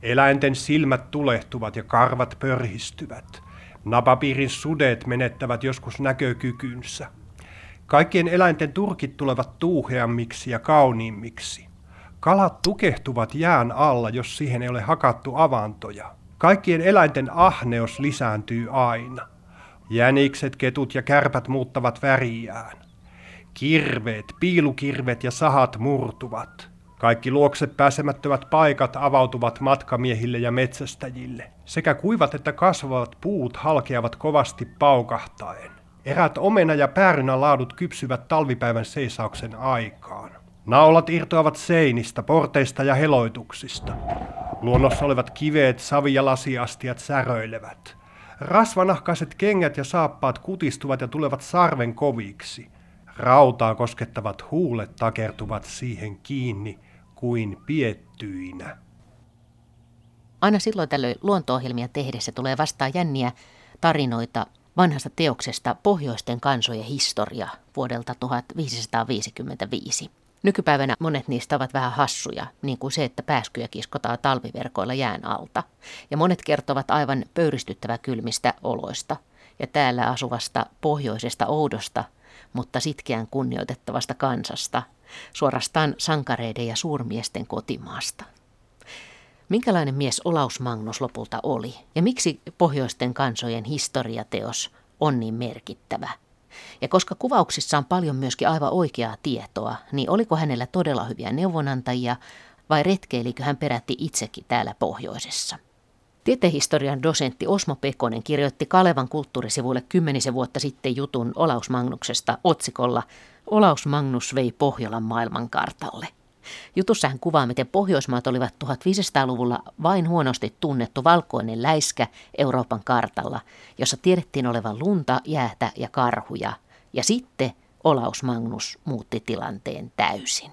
Eläinten silmät tulehtuvat ja karvat pörhistyvät. Napapiirin sudet menettävät joskus näkökykynsä. Kaikkien eläinten turkit tulevat tuuheammiksi ja kauniimmiksi. Kalat tukehtuvat jään alla, jos siihen ei ole hakattu avantoja. Kaikkien eläinten ahneus lisääntyy aina. Jänikset, ketut ja kärpät muuttavat väriään. Kirveet, piilukirvet ja sahat murtuvat. Kaikki luokse pääsemättömät paikat avautuvat matkamiehille ja metsästäjille. Sekä kuivat että kasvavat puut halkeavat kovasti paukahtaen. Erät omena- ja päärynälaadut kypsyvät talvipäivän seisauksen aikaan. Naulat irtoavat seinistä, porteista ja heloituksista. Luonnossa olevat kiveet, savi- ja lasiastiat säröilevät. Rasvanahkaiset kengät ja saappaat kutistuvat ja tulevat sarven koviksi. Rautaa koskettavat huulet takertuvat siihen kiinni kuin piettyinä. Aina silloin tällöin luonto-ohjelmia tehdessä tulee vastaan jänniä tarinoita vanhasta teoksesta Pohjoisten kansojen historia vuodelta 1555. Nykypäivänä monet niistä ovat vähän hassuja, niin kuin se, että pääskyjä kiskotaan talviverkoilla jään alta. Ja monet kertovat aivan pöyristyttävän kylmistä oloista ja täällä asuvasta pohjoisesta oudosta, mutta sitkeän kunnioitettavasta kansasta, suorastaan sankareiden ja suurmiesten kotimaasta. Minkälainen mies Olaus Magnus lopulta oli ja miksi Pohjoisten kansojen historiateos on niin merkittävä? Ja koska kuvauksissa on paljon myöskin aivan oikeaa tietoa, niin oliko hänellä todella hyviä neuvonantajia vai retkeilikö hän peräti itsekin täällä pohjoisessa? Tietehistorian dosentti Osmo Pekonen kirjoitti Kalevan kulttuurisivuille 10 vuotta sitten jutun Olaus Magnuksesta otsikolla Olaus Magnus vei Pohjolan maailmankartalle. Jutussa hän kuvaa, miten Pohjoismaat olivat 1500-luvulla vain huonosti tunnettu valkoinen läiskä Euroopan kartalla, jossa tiedettiin olevan lunta, jäätä ja karhuja. Ja sitten Olaus Magnus muutti tilanteen täysin.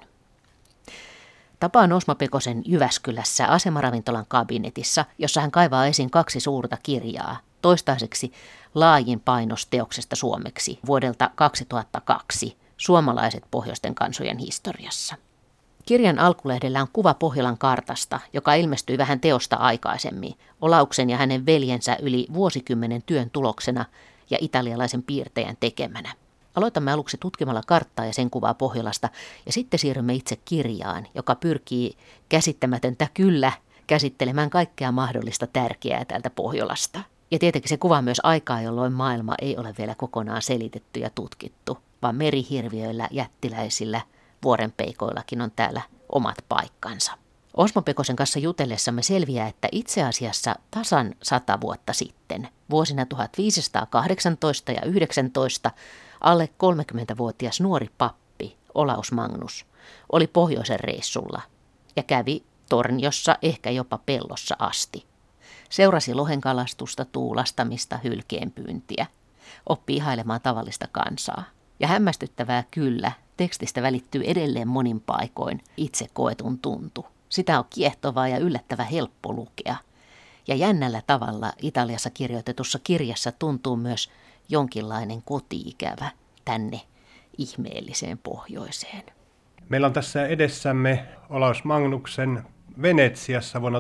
Tapaan Osmo Pekosen Jyväskylässä asemaravintolan kabinetissa, jossa hän kaivaa esiin 2 suurta kirjaa, toistaiseksi laajin painos teoksesta suomeksi vuodelta 2002, Suomalaiset Pohjoisten kansojen historiassa. Kirjan alkulehdellä on kuva Pohjolan kartasta, joka ilmestyi vähän teosta aikaisemmin, Olauksen ja hänen veljensä yli vuosikymmenen työn tuloksena ja italialaisen piirtäjän tekemänä. Aloitamme aluksi tutkimalla karttaa ja sen kuvaa Pohjolasta, ja sitten siirrymme itse kirjaan, joka pyrkii käsittämätöntä kyllä käsittelemään kaikkea mahdollista tärkeää täältä Pohjolasta. Ja tietenkin se kuvaa myös aikaa, jolloin maailma ei ole vielä kokonaan selitetty ja tutkittu, vaan merihirviöillä, jättiläisillä, vuorenpeikoillakin on täällä omat paikkansa. Osmo Pekosen kanssa jutellessamme selviää, että itse asiassa tasan 100 vuotta sitten, vuosina 1518 ja 19, alle 30-vuotias nuori pappi Olaus Magnus oli pohjoisen reissulla ja kävi Torniossa, ehkä jopa Pellossa asti. Seurasi lohenkalastusta, tuulastamista, hylkeenpyyntiä. Oppi ihailemaan tavallista kansaa. Ja hämmästyttävää kyllä, tekstistä välittyy edelleen monin paikoin itse koetun tuntu. Sitä on kiehtovaa ja yllättävän helppo lukea. Ja jännällä tavalla Italiassa kirjoitetussa kirjassa tuntuu myös jonkinlainen koti-ikävä tänne ihmeelliseen pohjoiseen. Meillä on tässä edessämme Olaus Magnuksen Venetsiassa vuonna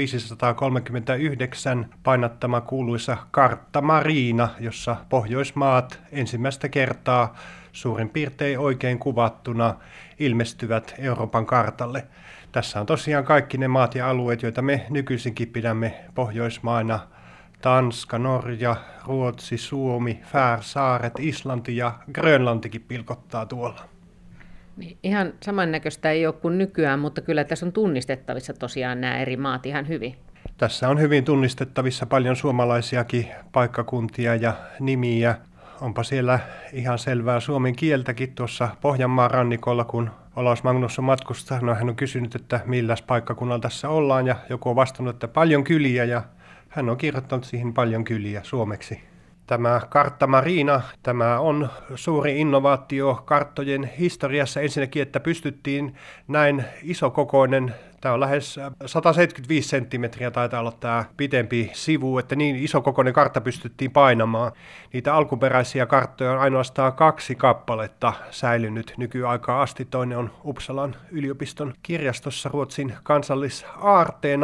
1539 painattama kuuluisa Carta Marina, jossa Pohjoismaat ensimmäistä kertaa suurin piirtein oikein kuvattuna ilmestyvät Euroopan kartalle. Tässä on tosiaan kaikki ne maat ja alueet, joita me nykyisinkin pidämme Pohjoismaina. Tanska, Norja, Ruotsi, Suomi, Färsaaret, Islanti ja Grönlantikin pilkottaa tuolla. Niin, ihan samannäköistä ei ole kuin nykyään, mutta kyllä tässä on tunnistettavissa tosiaan nämä eri maat ihan hyvin. Tässä on hyvin tunnistettavissa paljon suomalaisiakin paikkakuntia ja nimiä. Onpa siellä ihan selvää suomen kieltäkin tuossa Pohjanmaan rannikolla, kun Olaus Magnus on matkustanut. No, hän on kysynyt, että milläs paikkakunnalla tässä ollaan, ja joku on vastannut, että paljon kyliä, ja hän on kirjoittanut siihen paljon kyliä suomeksi. Tämä Carta Marina, tämä on suuri innovaatio karttojen historiassa ensinnäkin, että pystyttiin näin isokokoinen, tämä on lähes 175 senttimetriä taitaa olla tämä pitempi sivu, että niin isokokoinen kartta pystyttiin painamaan. Niitä alkuperäisiä karttoja on ainoastaan 2 kappaletta säilynyt nykyaikaa asti. Toinen on Uppsalan yliopiston kirjastossa Ruotsin kansallisaarteena.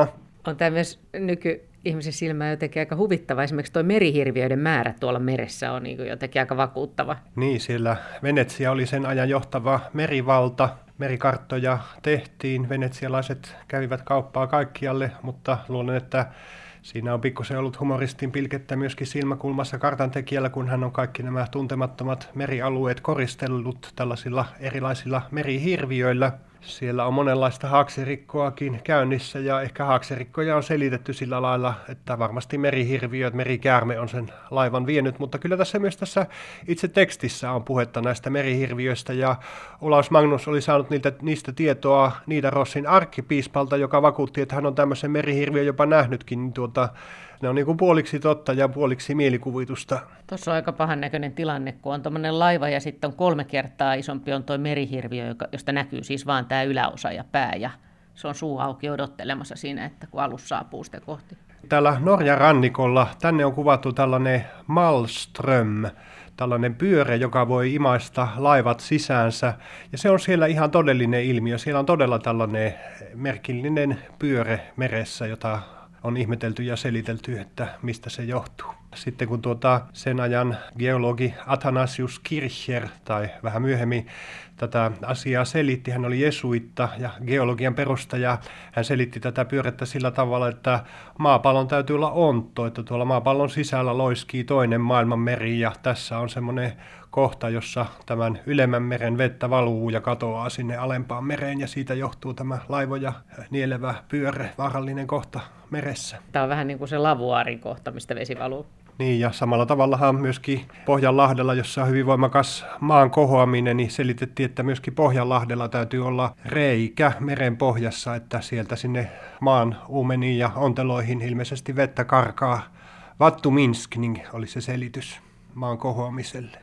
On tämä myös nykyihmisen silmään jotenkin aika huvittava. Esimerkiksi tuo merihirviöiden määrä tuolla meressä on niin jotenkin aika vakuuttava. Niin, siellä Venetsia oli sen ajan johtava merivalta. Merikarttoja tehtiin, venetsialaiset kävivät kauppaa kaikkialle, mutta luulen, että siinä on pikkusen ollut humoristin pilkettä myöskin silmäkulmassa kartantekijällä, kun hän on kaikki nämä tuntemattomat merialueet koristellut tällaisilla erilaisilla merihirviöillä. Siellä on monenlaista haaksirikkoakin käynnissä ja ehkä haaksirikkoja on selitetty sillä lailla, että varmasti merihirviöt, merikäärme on sen laivan vienyt, mutta kyllä tässä myös tässä itse tekstissä on puhetta näistä merihirviöistä ja Olaus Magnus oli saanut niistä tietoa Nidarossin arkkipiispalta, joka vakuutti, että hän on tämmöisen merihirviön jopa nähnytkin, niin ne on niin kuin puoliksi totta ja puoliksi mielikuvitusta. Tuossa on aika pahan näköinen tilanne, kun on tuommoinen laiva ja sitten on 3 kertaa isompi on tuo merihirviö, josta näkyy siis vaan tämä yläosa ja pää. Ja se on suu auki odottelemassa siinä, että kun alus saapuu sitä kohti. Täällä Norjan rannikolla tänne on kuvattu tällainen Malström, tällainen pyöre, joka voi imaista laivat sisäänsä. Ja se on siellä ihan todellinen ilmiö. Siellä on todella tällainen merkillinen pyöre meressä, jota on ihmetelty ja selitelty, että mistä se johtuu. Sitten kun sen ajan geologi Athanasius Kircher, tai vähän myöhemmin tätä asiaa selitti, hän oli jesuitta ja geologian perustaja, hän selitti tätä pyörettä sillä tavalla, että maapallon täytyy olla ontto, että tuolla maapallon sisällä loiskii toinen maailmanmeri, ja tässä on semmoinen kohta, jossa tämän ylemmän meren vettä valuu ja katoaa sinne alempaan mereen, ja siitä johtuu tämä laivoja nielevä pyöre, vaarallinen kohta meressä. Tämä on vähän niin kuin se lavuaarin kohta, mistä vesi valuu. Niin, ja samalla tavallahan myöskin Pohjanlahdella, jossa on hyvin voimakas maan kohoaminen, niin selitettiin, että myöskin Pohjanlahdella täytyy olla reikä meren pohjassa, että sieltä sinne maan uumeniin ja onteloihin ilmeisesti vettä karkaa. Vattuminsk niin oli se selitys maan kohoamiselle.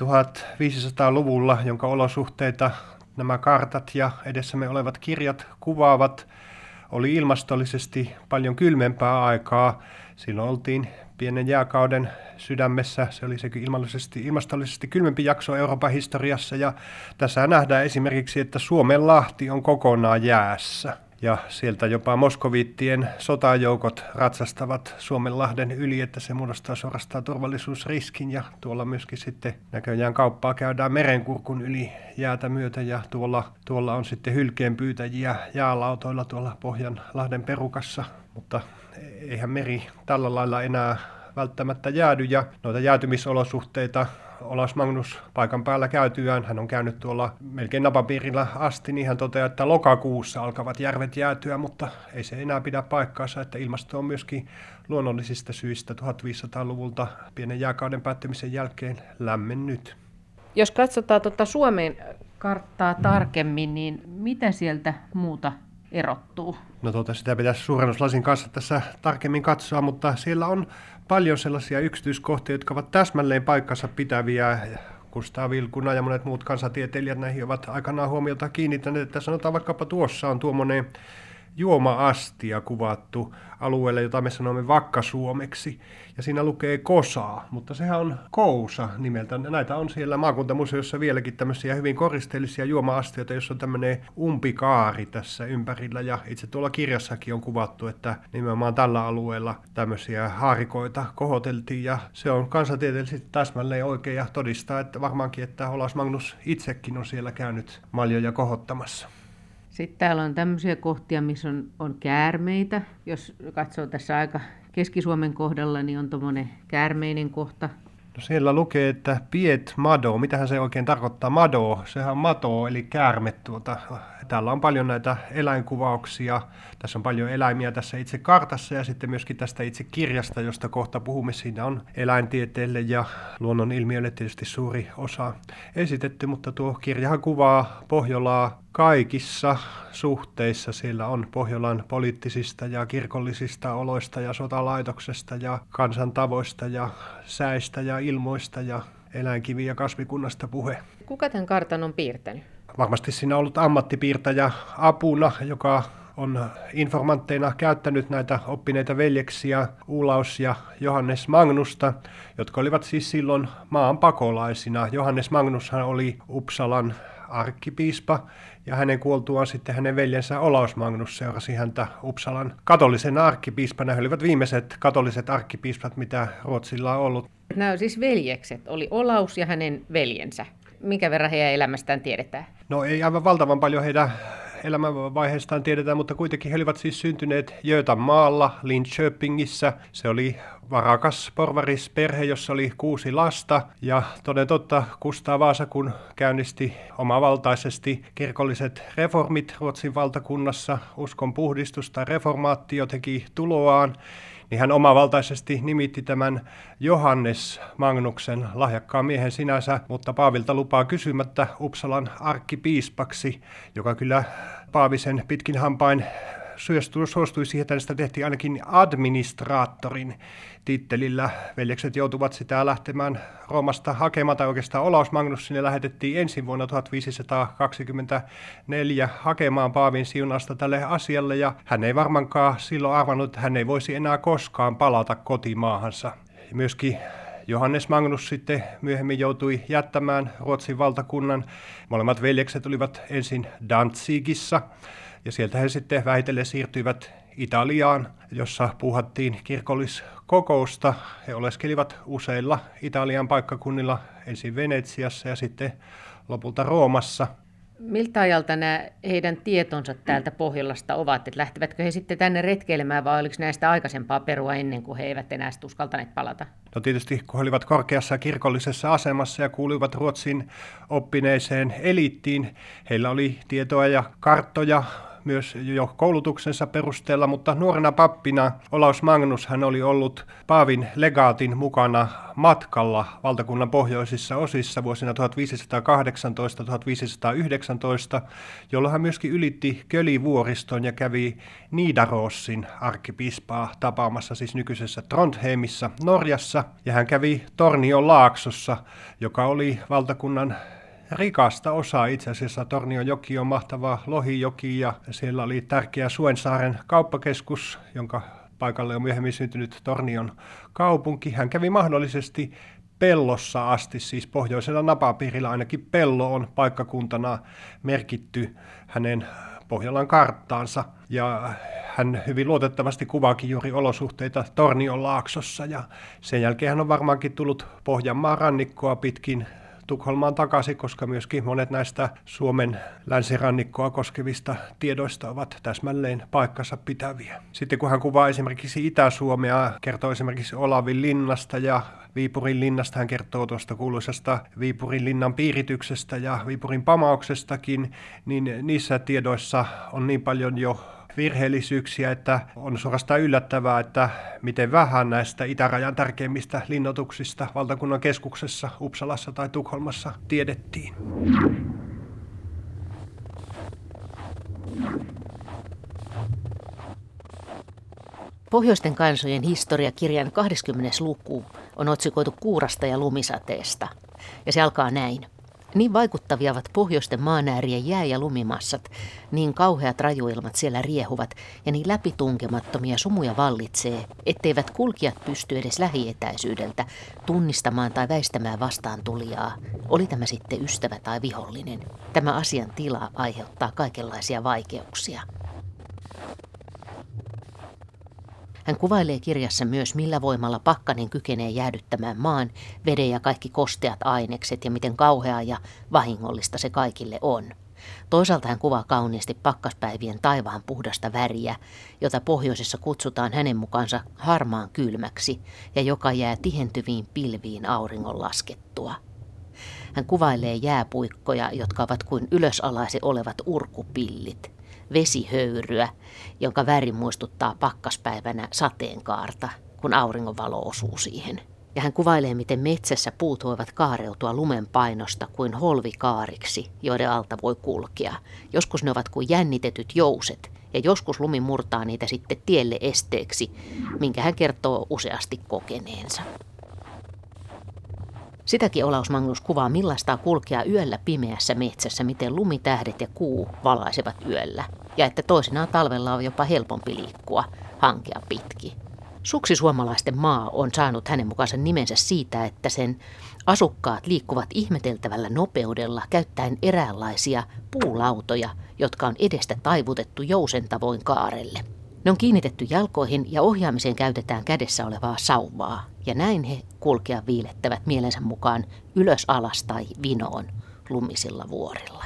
1500-luvulla, jonka olosuhteita nämä kartat ja edessämme olevat kirjat kuvaavat, oli ilmastollisesti paljon kylmempää aikaa. Silloin oltiin pienen jääkauden sydämessä. Se oli se ilmastollisesti kylmempi jakso Euroopan historiassa. Ja tässä nähdään esimerkiksi, että Suomenlahti on kokonaan jäässä. Ja sieltä jopa moskoviittien sotajoukot ratsastavat Suomenlahden yli, että se muodostaa suorastaan turvallisuusriskin. Ja tuolla myöskin sitten näköjään kauppaa käydään merenkurkun yli jäätä myötä. Ja tuolla on sitten hylkeenpyytäjiä jäälautoilla tuolla Pohjanlahden perukassa. Mutta eihän meri tällä lailla enää välttämättä jäädy. Ja noita jäätymisolosuhteita Olaus Magnus paikan päällä käytyään, hän on käynyt tuolla melkein napapiirillä asti, niin hän toteaa, että lokakuussa alkavat järvet jäätyä, mutta ei se enää pidä paikkaansa, että ilmasto on myöskin luonnollisista syistä 1500-luvulta pienen jääkauden päättymisen jälkeen lämmennyt. Jos katsotaan Suomen karttaa tarkemmin, niin mitä sieltä muuta erottuu? No sitä pitäisi suurennuslasin kanssa tässä tarkemmin katsoa, mutta siellä on paljon sellaisia yksityiskohtia, jotka ovat täsmälleen paikkansa pitäviä. Kustaa Vilkuna ja monet muut kansatieteilijät näihin ovat aikanaan huomiota kiinnittäneet, että sanotaan vaikkapa tuossa on tuommoinen juoma-astia kuvattu alueelle, jota me sanomme Vakka-Suomeksi. Ja siinä lukee Kosaa, mutta sehän on Kousa nimeltä. Näitä on siellä maakuntamuseossa vieläkin tämmöisiä hyvin koristeellisia juoma-astioita, jossa on tämmöinen umpikaari tässä ympärillä. Ja itse tuolla kirjassakin on kuvattu, että nimenomaan tällä alueella tämmöisiä haarikoita kohoteltiin. Ja se on kansantieteellisesti täsmälleen oikein ja todistaa, että varmaankin, että Olaus Magnus itsekin on siellä käynyt maljoja kohottamassa. Sitten täällä on tämmöisiä kohtia, missä on käärmeitä. Jos katsoo tässä aika Keski-Suomen kohdalla, niin on tuommoinen käärmeinen kohta. No siellä lukee, että piet mado. Mitähän se oikein tarkoittaa? Mado, sehän on mato, eli käärme. Täällä on paljon näitä eläinkuvauksia. Tässä on paljon eläimiä tässä itse kartassa ja sitten myöskin tästä itse kirjasta, josta kohta puhumme. Siinä on eläintieteelle ja luonnon ilmiöille tietysti suuri osa esitetty, mutta tuo kirjahan kuvaa Pohjolaa kaikissa suhteissa. Siellä on Pohjolan poliittisista ja kirkollisista oloista ja sotalaitoksesta ja kansantavoista ja säistä ja ilmoista ja eläinkivi- ja kasvikunnasta puhe. Kuka tämän kartan on piirtänyt? Varmasti siinä on ollut ammattipiirtäjä apuna, joka on informantteina käyttänyt näitä oppineita veljeksiä Olaus ja Johannes Magnusta, jotka olivat siis silloin maan pakolaisina. Johannes Magnushan oli Uppsalan arkkipiispa, ja hänen kuoltuaan sitten hänen veljensä Olaus Magnus seurasi häntä Uppsalan katolisena arkkipiispana. He olivat viimeiset katoliset arkkipiispat, mitä Ruotsilla on ollut. Nämä on siis veljekset, oli Olaus ja hänen veljensä. Minkä verran heidän elämästään tiedetään? No ei aivan valtavan paljon heidän elämänvaiheestaan tiedetään, mutta kuitenkin he olivat siis syntyneet Götanmaalla, Linköpingissä. Se oli varakas porvarisperhe, jossa oli 6 lasta. Ja toden totta, Kustaa Vaasa, kun käynnisti omavaltaisesti kirkolliset reformit Ruotsin valtakunnassa, uskon puhdistusta, reformaatio teki tuloaan, niin hän omavaltaisesti nimitti tämän Johannes Magnuksen, lahjakkaan miehen sinänsä, mutta Paavilta lupaa kysymättä, Uppsalan arkkipiispaksi, joka kyllä Paavisen pitkin hampain suostui siihen, että hänestä tehtiin ainakin administraattorin tittelillä. Veljekset joutuvat sitä lähtemään Roomasta hakemaan, tai oikeastaan Olaus Magnus sinne lähetettiin ensin vuonna 1524 hakemaan Paavin siunausta tälle asialle, ja hän ei varmaankaan silloin arvannut, että hän ei voisi enää koskaan palata kotimaahansa. Myöskin Johannes Magnus sitten myöhemmin joutui jättämään Ruotsin valtakunnan. Molemmat veljekset olivat ensin Danzigissa, ja sieltä he sitten vähitellen siirtyivät Italiaan, jossa puuhattiin kirkolliskokousta. He oleskelivat useilla Italian paikkakunnilla, ensin Venetsiassa ja sitten lopulta Roomassa. Miltä ajalta nämä heidän tietonsa täältä Pohjolasta ovat? Että lähtevätkö he sitten tänne retkeilemään vai oliko näistä aikaisempaa perua ennen kuin he eivät enää uskaltaneet palata? No tietysti kun he olivat korkeassa kirkollisessa asemassa ja kuuluivat Ruotsin oppineeseen eliittiin, heillä oli tietoa ja karttoja myös jo koulutuksensa perusteella, mutta nuorena pappina Olaus Magnus hän oli ollut Paavin legaatin mukana matkalla valtakunnan pohjoisissa osissa vuosina 1518-1519, jolloin hän myöskin ylitti Kölivuoriston ja kävi Nidarossin arkkipiispaa tapaamassa siis nykyisessä Trondheimissa Norjassa, ja hän kävi Tornion Laaksossa, joka oli valtakunnan rikasta osaa. Itse asiassa Tornionjoki on mahtava lohijoki ja siellä oli tärkeä Suensaaren kauppakeskus, jonka paikalle on myöhemmin syntynyt Tornion kaupunki. Hän kävi mahdollisesti Pellossa asti, siis pohjoisella napapiirillä ainakin Pello on paikkakuntana merkitty hänen Pohjolan karttaansa. Ja hän hyvin luotettavasti kuvaakin juuri olosuhteita Tornion laaksossa, ja sen jälkeen hän on varmaankin tullut Pohjanmaan rannikkoa pitkin Tukholmaan takaisin, koska myöskin monet näistä Suomen länsirannikkoa koskevista tiedoista ovat täsmälleen paikkansa pitäviä. Sitten kun hän kuvaa esimerkiksi Itä-Suomea, kertoo esimerkiksi Olavin linnasta ja Viipurin linnasta, hän kertoo tuosta kuuluisasta Viipurin linnan piirityksestä ja Viipurin pamauksestakin, niin niissä tiedoissa on niin paljon jo virheellisyyksiä, että on suorastaan yllättävää, että miten vähän näistä itärajan tärkeimmistä linnoituksista valtakunnan keskuksessa Uppsalassa tai Tukholmassa tiedettiin. Pohjoisten kansojen historiakirjan 20. luku on otsikoitu Kuurasta ja lumisateesta, ja se alkaa näin. Niin vaikuttavia ovat pohjoisten maanäärien jää- ja lumimassat, niin kauheat rajuilmat siellä riehuvat ja niin läpitunkemattomia sumuja vallitsee, etteivät kulkijat pysty edes lähietäisyydeltä tunnistamaan tai väistämään vastaan tulijaa, oli tämä sitten ystävä tai vihollinen. Tämä asian tila aiheuttaa kaikenlaisia vaikeuksia. Hän kuvailee kirjassa myös, millä voimalla pakkanen kykenee jäädyttämään maan, veden ja kaikki kosteat ainekset ja miten kauheaa ja vahingollista se kaikille on. Toisaalta hän kuvaa kauniisti pakkaspäivien taivaan puhdasta väriä, jota pohjoisessa kutsutaan hänen mukaansa harmaan kylmäksi ja joka jää tihentyviin pilviin auringon laskettua. Hän kuvailee jääpuikkoja, jotka ovat kuin ylösalaisin olevat urkupillit. Vesihöyryä, jonka väri muistuttaa pakkaspäivänä sateenkaarta, kun auringonvalo osuu siihen. Ja hän kuvailee, miten metsässä puut voivat kaareutua lumen painosta kuin holvikaariksi, joiden alta voi kulkea. Joskus ne ovat kuin jännitetyt jouset, ja joskus lumi murtaa niitä sitten tielle esteeksi, minkä hän kertoo useasti kokeneensa. Sitäkin Olaus Magnus kuvaa, millaista kulkea yöllä pimeässä metsässä, miten lumitähdet ja kuu valaisevat yöllä, ja että toisinaan talvella on jopa helpompi liikkua hankea pitkin. Suksisuomalaisten maa on saanut hänen mukaansa nimensä siitä, että sen asukkaat liikkuvat ihmeteltävällä nopeudella käyttäen eräänlaisia puulautoja, jotka on edestä taivutettu jousen tavoin kaarelle. Ne on kiinnitetty jalkoihin ja ohjaamiseen käytetään kädessä olevaa sauvaa, ja näin he kulkea viilettävät mielensä mukaan ylös alas tai vinoon lumisilla vuorilla.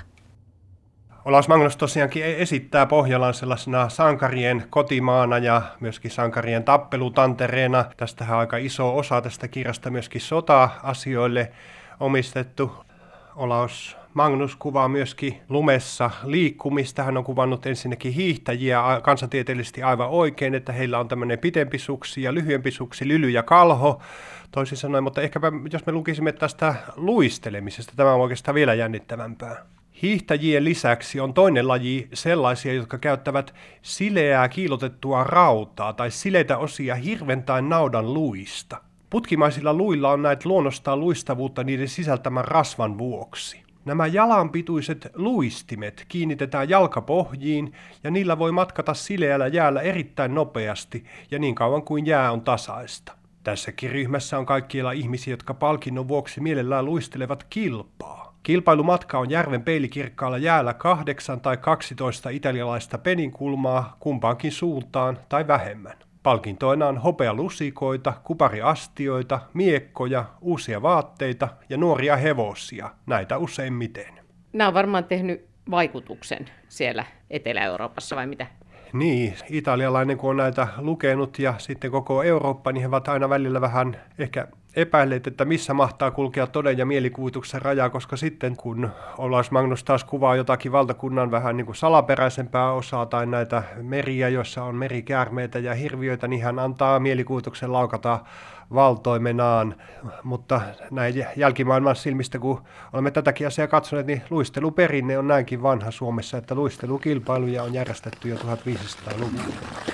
Olaus Magnus tosiaankin esittää Pohjolan sellaisena sankarien kotimaana ja myöskin sankarien tappelutantereena. Tästähän on aika iso osa tästä kirjasta myöskin sota-asioille omistettu. Olaus Magnus kuvaa myöskin lumessa liikkumista. Hän on kuvannut ensinnäkin hiihtäjiä kansantieteellisesti aivan oikein, että heillä on tämmöinen pitempi suksi ja lyhyempi suksi, lyly ja kalho, toisin sanoen. Mutta ehkäpä jos me lukisimme tästä luistelemisesta, tämä on oikeastaan vielä jännittävämpää. Hiihtäjien lisäksi on toinen laji sellaisia, jotka käyttävät sileää kiilotettua rautaa tai sileitä osia hirven tai naudan luista. Putkimaisilla luilla on näitä luonnostaan luistavuutta niiden sisältämän rasvan vuoksi. Nämä jalanpituiset luistimet kiinnitetään jalkapohjiin ja niillä voi matkata sileällä jäällä erittäin nopeasti ja niin kauan kuin jää on tasaista. Tässäkin ryhmässä on kaikkialla ihmisiä, jotka palkinnon vuoksi mielellään luistelevat kilpaa. Kilpailumatka on järven peilikirkkaalla jäällä 8 tai 12 italialaista peninkulmaa kumpaankin suuntaan tai vähemmän. Palkintoina on hopealusikoita, kupariastioita, miekkoja, uusia vaatteita ja nuoria hevosia, näitä useimmiten. Nämä on varmaan tehnyt vaikutuksen siellä Etelä-Euroopassa vai mitä? Niin, italialainen kun on näitä lukenut ja sitten koko Eurooppa, niin he ovat aina välillä vähän ehkä epäilleet, että missä mahtaa kulkea toden ja mielikuvituksen rajaa, koska sitten kun Olaus Magnus taas kuvaa jotakin valtakunnan vähän niin kuin salaperäisempää osaa tai näitä meriä, joissa on merikäärmeitä ja hirviöitä, niin hän antaa mielikuvituksen laukata valtoimenaan. Mutta näin jälkimaailman silmistä, kun olemme tätäkin asiaa katsoneet, niin luisteluperinne on näinkin vanha Suomessa, että luistelukilpailuja on järjestetty jo 1500-luvulla.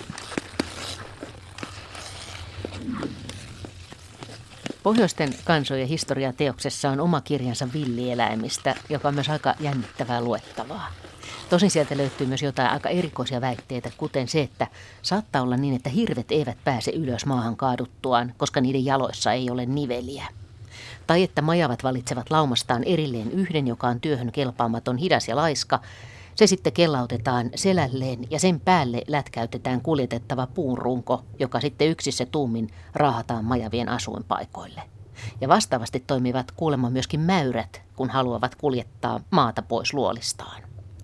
Pohjoisten kansojen historiateoksessa on oma kirjansa villieläimistä, joka on myös aika jännittävää luettavaa. Tosin sieltä löytyy myös jotain aika erikoisia väitteitä, kuten se, että saattaa olla niin, että hirvet eivät pääse ylös maahan kaaduttuaan, koska niiden jaloissa ei ole niveliä. Tai että majavat valitsevat laumastaan erilleen yhden, joka on työhön kelpaamaton, hidas ja laiska. Se sitten kellautetaan selälleen ja sen päälle lätkäytetään kuljetettava puunrunko, joka sitten yksissä tuumin raahataan majavien asuinpaikoille. Ja vastaavasti toimivat kuulemma myöskin mäyrät, kun haluavat kuljettaa maata pois luolistaan.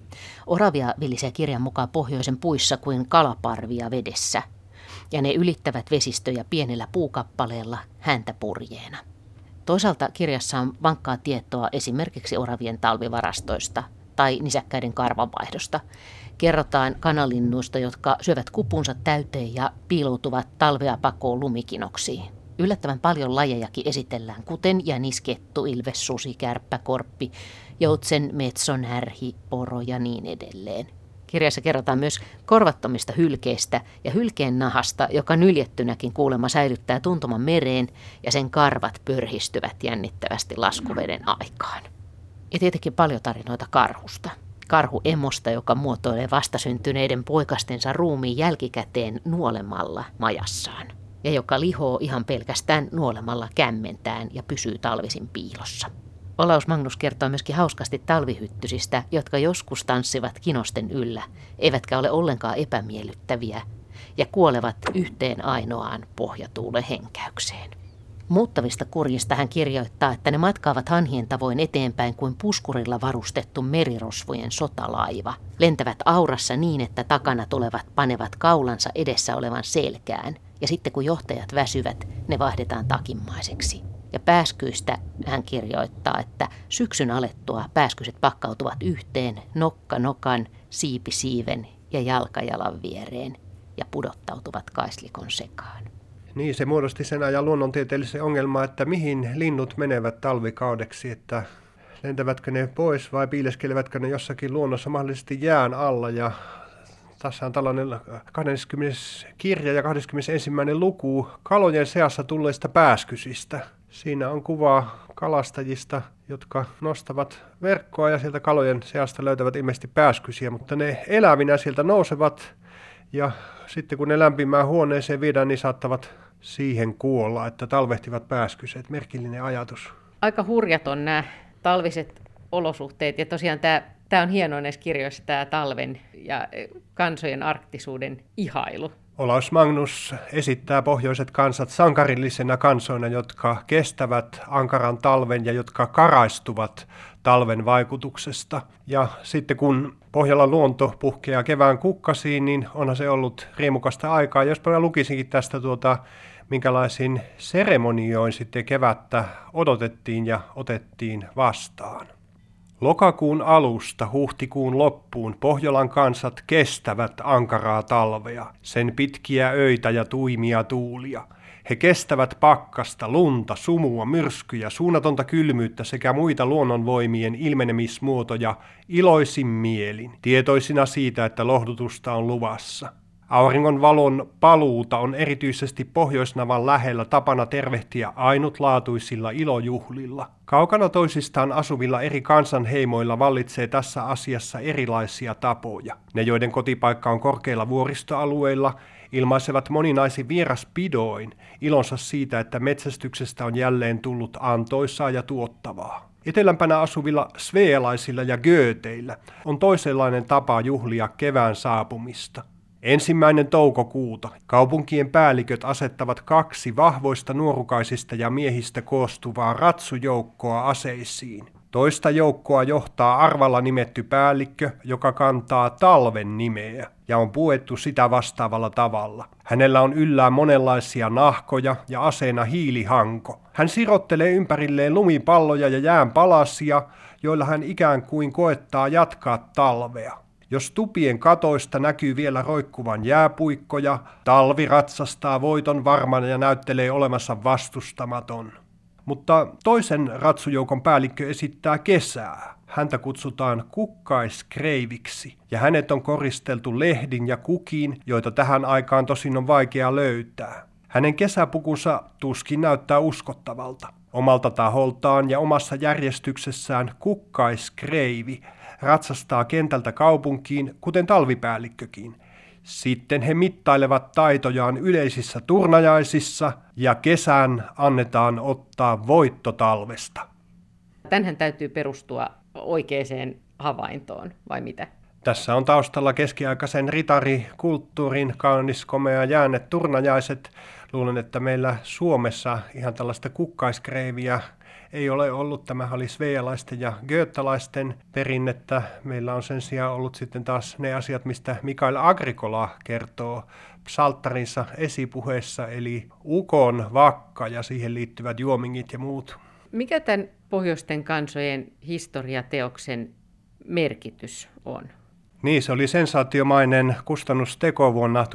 Oravia villisee kirjan mukaan pohjoisen puissa kuin kalaparvia vedessä, ja ne ylittävät vesistöjä pienellä puukappaleella häntä purjeena. Toisaalta kirjassa on vankkaa tietoa esimerkiksi oravien talvivarastoista tai nisäkkäiden karvanvaihdosta. Kerrotaan kanalinnuista, jotka syövät kupunsa täyteen ja piiloutuvat talvea pakoon lumikinoksiin. Yllättävän paljon lajejakin esitellään, kuten jäniskettu, ilves, susi, kärppä, korppi, joutsen, metson, härhi, poro ja niin edelleen. Kirjassa kerrotaan myös korvattomista hylkeistä ja hylkeen nahasta, joka nyljettynäkin kuulemma säilyttää tuntuman mereen ja sen karvat pörhistyvät jännittävästi laskuveden aikaan. Ja tietenkin paljon tarinoita karhusta. Karhuemosta, joka muotoilee vastasyntyneiden poikastensa ruumiin jälkikäteen nuolemalla majassaan. Ja joka lihoo ihan pelkästään nuolemalla kämmentään ja pysyy talvisin piilossa. Olaus Magnus kertoo myöskin hauskasti talvihyttysistä, jotka joskus tanssivat kinosten yllä, eivätkä ole ollenkaan epämiellyttäviä, ja kuolevat yhteen ainoaan pohjatuulen henkäykseen. Muuttavista kurjista hän kirjoittaa, että ne matkaavat hanhien tavoin eteenpäin kuin puskurilla varustettu merirosvojen sotalaiva. Lentävät aurassa niin, että takana tulevat panevat kaulansa edessä olevan selkään, ja sitten kun johtajat väsyvät, ne vaihdetaan takimmaiseksi. Ja pääskyistä hän kirjoittaa, että syksyn alettua pääskyset pakkautuvat yhteen nokka nokan, siipi siiven ja jalka jalan viereen ja pudottautuvat kaislikon sekaan. Niin, se muodosti sen ajan luonnontieteellisen ongelma, että mihin linnut menevät talvikaudeksi, että lentävätkö ne pois vai piileskelevätkö ne jossakin luonnossa mahdollisesti jään alla. Ja tässä on tällainen 20. kirja ja 21. luku kalojen seassa tulleista pääskysistä. Siinä on kuva kalastajista, jotka nostavat verkkoa ja sieltä kalojen seasta löytävät ilmeisesti pääskysiä, mutta ne elävinä sieltä nousevat Ja sitten kun ne lämpimään huoneeseen viedään, niin saattavat siihen kuolla, että talvehtivat pääskyset. Merkillinen ajatus. Aika hurjat on nämä talviset olosuhteet, ja tosiaan tämä on hienoa näissä kirjoissa, tämä talven ja kansojen arktisuuden ihailu. Olaus Magnus esittää pohjoiset kansat sankarillisena kansoina, jotka kestävät ankaran talven ja jotka karaistuvat talven vaikutuksesta. Ja sitten kun Pohjolan luonto puhkeaa kevään kukkasiin, niin onhan se ollut riemukasta aikaa. Jospa mä lukisinkin tästä minkälaisin seremonioin sitten kevättä odotettiin ja otettiin vastaan. Lokakuun alusta huhtikuun loppuun Pohjolan kansat kestävät ankaraa talvea, sen pitkiä öitä ja tuimia tuulia. He kestävät pakkasta, lunta, sumua, myrskyjä, suunnatonta kylmyyttä sekä muita luonnonvoimien ilmenemismuotoja iloisin mielin, tietoisina siitä, että lohdutusta on luvassa. Auringon valon paluuta on erityisesti Pohjoisnavan lähellä tapana tervehtiä ainutlaatuisilla ilojuhlilla. Kaukana toisistaan asuvilla eri kansanheimoilla vallitsee tässä asiassa erilaisia tapoja. Ne, joiden kotipaikka on korkeilla vuoristoalueilla, ilmaisevat moninaisin vieraspidoin ilonsa siitä, että metsästyksestä on jälleen tullut antoisaa ja tuottavaa. Etelämpänä asuvilla svealaisilla ja gööteillä on toisenlainen tapa juhlia kevään saapumista. 1. toukokuuta kaupunkien päälliköt asettavat 2 vahvoista nuorukaisista ja miehistä koostuvaa ratsujoukkoa aseisiin. Toista joukkoa johtaa arvalla nimetty päällikkö, joka kantaa talven nimeä ja on puettu sitä vastaavalla tavalla. Hänellä on yllään monenlaisia nahkoja ja aseena hiilihanko. Hän sirottelee ympärilleen lumipalloja ja jäänpalasia, joilla hän ikään kuin koettaa jatkaa talvea. Jos tupien katoista näkyy vielä roikkuvan jääpuikkoja, talvi ratsastaa voiton varmana ja näyttelee olemassa vastustamaton. Mutta toisen ratsujoukon päällikkö esittää kesää. Häntä kutsutaan kukkaiskreiviksi, ja hänet on koristeltu lehdin ja kukiin, joita tähän aikaan tosin on vaikea löytää. Hänen kesäpukunsa tuskin näyttää uskottavalta. Omalta taholtaan ja omassa järjestyksessään kukkaiskreivi ratsastaa kentältä kaupunkiin, kuten talvipäällikkökin. Sitten he mittailevat taitojaan yleisissä turnajaisissa ja kesän annetaan ottaa voitto talvesta. Tänhän täytyy perustua oikeaan havaintoon, vai mitä? Tässä on taustalla keskiaikaisen ritarikulttuurin kaunis komea jäänne turnajaiset. Luulen, että meillä Suomessa ihan tällaista kukkaiskreiviä ei ole ollut. Tämä oli svealaisten ja goethalaisten perinnettä. Meillä on sen sijaan ollut sitten taas ne asiat, mistä Mikael Agricola kertoo psalttarinsa esipuheessa, eli ukon vakka ja siihen liittyvät juomingit ja muut. Mikä tämän pohjoisten kansojen historiateoksen merkitys on? Niin, se oli sensaatiomainen kustannusteko vuonna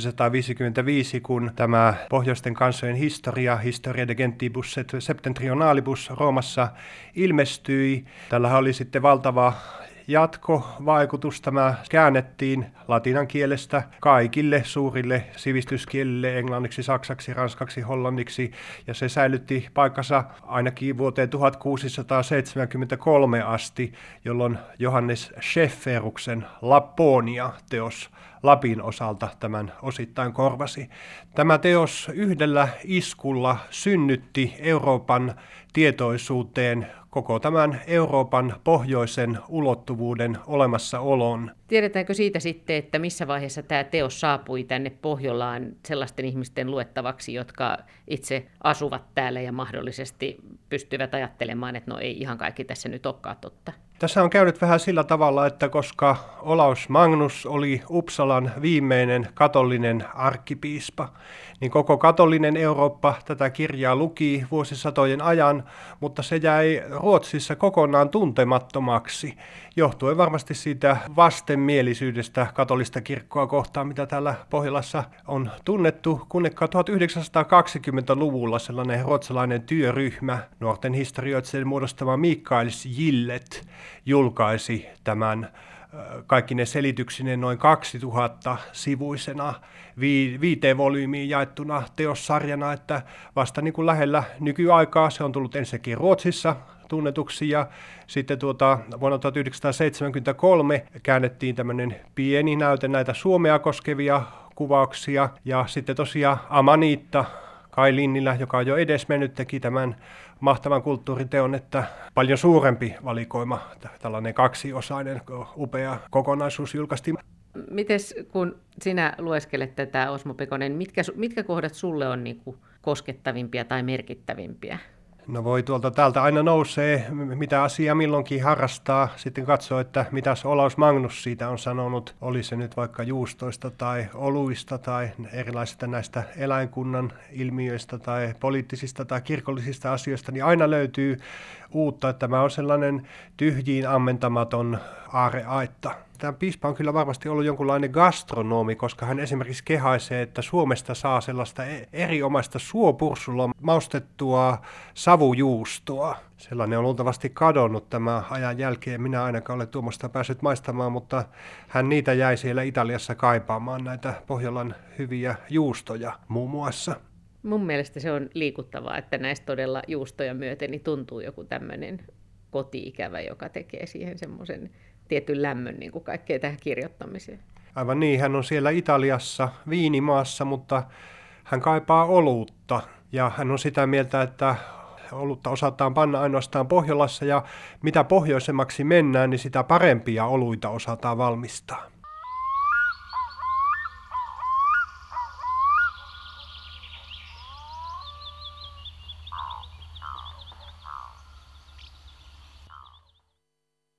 1555, kun tämä pohjoisten kansojen Historia de Gentibus et Septentrionalibus Roomassa ilmestyi. Tällähän oli sitten valtava jatkovaikutus. Tämä käännettiin latinan kielestä kaikille suurille sivistyskielille, englanniksi, saksaksi, ranskaksi, hollanniksi, ja se säilytti paikkansa ainakin vuoteen 1673 asti, jolloin Johannes Schefferuksen Lapponia-teos Lapin osalta tämän osittain korvasi. Tämä teos yhdellä iskulla synnytti Euroopan tietoisuuteen koko tämän Euroopan pohjoisen ulottuvuuden olemassaolon. Tiedetäänkö siitä sitten, että missä vaiheessa tämä teos saapui tänne Pohjolaan sellaisten ihmisten luettavaksi, jotka itse asuvat täällä ja mahdollisesti pystyvät ajattelemaan, että no ei ihan kaikki tässä nyt olekaan totta? Tässä on käynyt vähän sillä tavalla, että koska Olaus Magnus oli Uppsalan viimeinen katolinen arkkipiispa, niin koko katolinen Eurooppa tätä kirjaa luki vuosisatojen ajan, mutta se jäi Ruotsissa kokonaan tuntemattomaksi, johtuen varmasti siitä vastenmielisyydestä katolista kirkkoa kohtaan, mitä täällä Pohjolassa on tunnettu, kunnekkaan 1920-luvulla sellainen ruotsalainen työryhmä, nuorten historioitsijan muodostama Mikaels Gillet, julkaisi tämän kaikkine selityksineen noin 2000-sivuisena 5 volyymiin jaettuna teossarjana, että vasta niin kuin lähellä nykyaikaa se on tullut ensinnäkin Ruotsissa tunnetuksi ja sitten vuonna 1973 käännettiin tämmöinen pieni näyte näitä Suomea koskevia kuvauksia ja sitten tosiaan Amaniitta Kai Linnilä, joka on jo edesmennyt, teki tämän mahtavan kulttuuriteon, että paljon suurempi valikoima, tällainen kaksiosainen upea kokonaisuus julkaistiin. Mites kun sinä lueskelet tätä, Osmo Pekonen, mitkä kohdat sulle on niinku koskettavimpia tai merkittävimpiä? No voi täältä aina nousee, mitä asiaa milloinkin harrastaa, sitten katsoo, että mitäs Olaus Magnus siitä on sanonut, oli se nyt vaikka juustoista tai oluista tai erilaisista näistä eläinkunnan ilmiöistä tai poliittisista tai kirkollisista asioista, niin aina löytyy uutta, että tämä on sellainen tyhjiin ammentamaton aarreaitta. Tämä piispa on kyllä varmasti ollut jonkunlainen gastronomi, koska hän esimerkiksi kehaisee, että Suomesta saa sellaista erinomaista suopursulla maustettua savujuustoa. Sellainen on luultavasti kadonnut tämän ajan jälkeen. Minä ainakaan olen tuommoista päässyt maistamaan, mutta hän niitä jäi siellä Italiassa kaipaamaan, näitä Pohjolan hyviä juustoja muun muassa. Mun mielestä se on liikuttavaa, että näistä todella juustoja myöten niin tuntuu joku tämmöinen koti-ikävä, joka tekee siihen semmoisen tietyn lämmön niin kuin kaikkea tähän kirjoittamiseen. Aivan niin, hän on siellä Italiassa, Viinimaassa, mutta hän kaipaa olutta ja hän on sitä mieltä, että olutta osataan panna ainoastaan Pohjolassa ja mitä pohjoisemmaksi mennään, niin sitä parempia oluita osataan valmistaa.